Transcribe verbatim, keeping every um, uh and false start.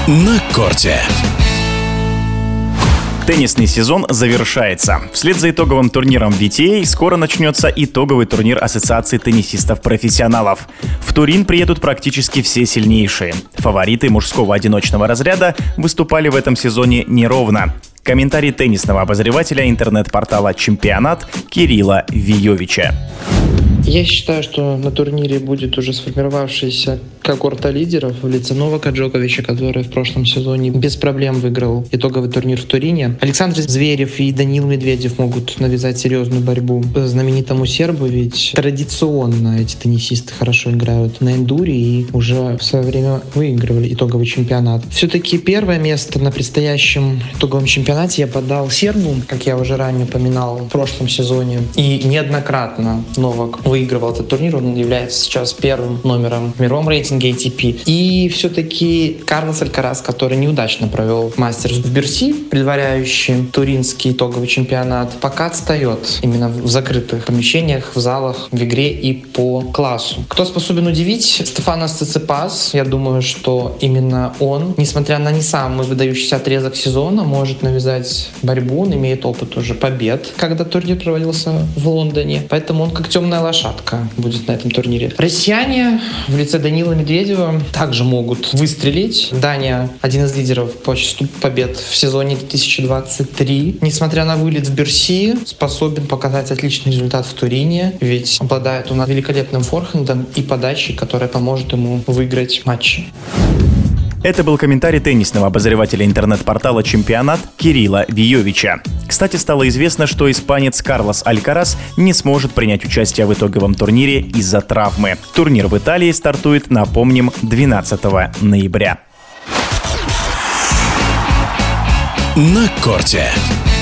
На корте. Теннисный сезон завершается. Вслед за итоговым турниром ви ти эй скоро начнется итоговый турнир Ассоциации теннисистов-профессионалов. В Турин приедут практически все сильнейшие. Фавориты мужского одиночного разряда выступали в этом сезоне неровно. Комментарий теннисного обозревателя интернет-портала «Чемпионат» Кирилла Виевича. Я считаю, что на турнире будет уже сформировавшаяся когорта лидеров в лице Новака Джоковича, который в прошлом сезоне без проблем выиграл итоговый турнир в Турине. Александр Зверев и Даниил Медведев могут навязать серьезную борьбу знаменитому сербу, ведь традиционно эти теннисисты хорошо играют на эндуре и уже в свое время выигрывали итоговый чемпионат. Все-таки первое место на предстоящем итоговом чемпионате я подал сербу, как я уже ранее упоминал в прошлом сезоне. И неоднократно Новак выигрывал этот турнир, он является сейчас первым номером в мировом рейтинге эй ти пи. И все-таки Карлос Алькарас, который неудачно провел мастерс в Берси, предваряющий туринский итоговый чемпионат, пока отстает именно в закрытых помещениях, в залах, в игре и по классу. Кто способен удивить? Стефанос Циципас. Я думаю, что именно он, несмотря на не самый выдающийся отрезок сезона, может навязать борьбу, он имеет опыт уже побед, когда турнир проводился в Лондоне. Поэтому он как темная лошадка будет на этом турнире. Россияне в лице Данила Медведева также могут выстрелить. Дания — один из лидеров по числу побед в сезоне две тысячи двадцать три. Несмотря на вылет в Берси, способен показать отличный результат в Турине, ведь обладает он великолепным форхендом и подачей, которая поможет ему выиграть матчи. Это был комментарий теннисного обозревателя интернет-портала «Чемпионат» Кирилла Виевича. Кстати, стало известно, что испанец Карлос Алькарас не сможет принять участие в итоговом турнире из-за травмы. Турнир в Италии стартует, напомним, двенадцатого ноября. На корте.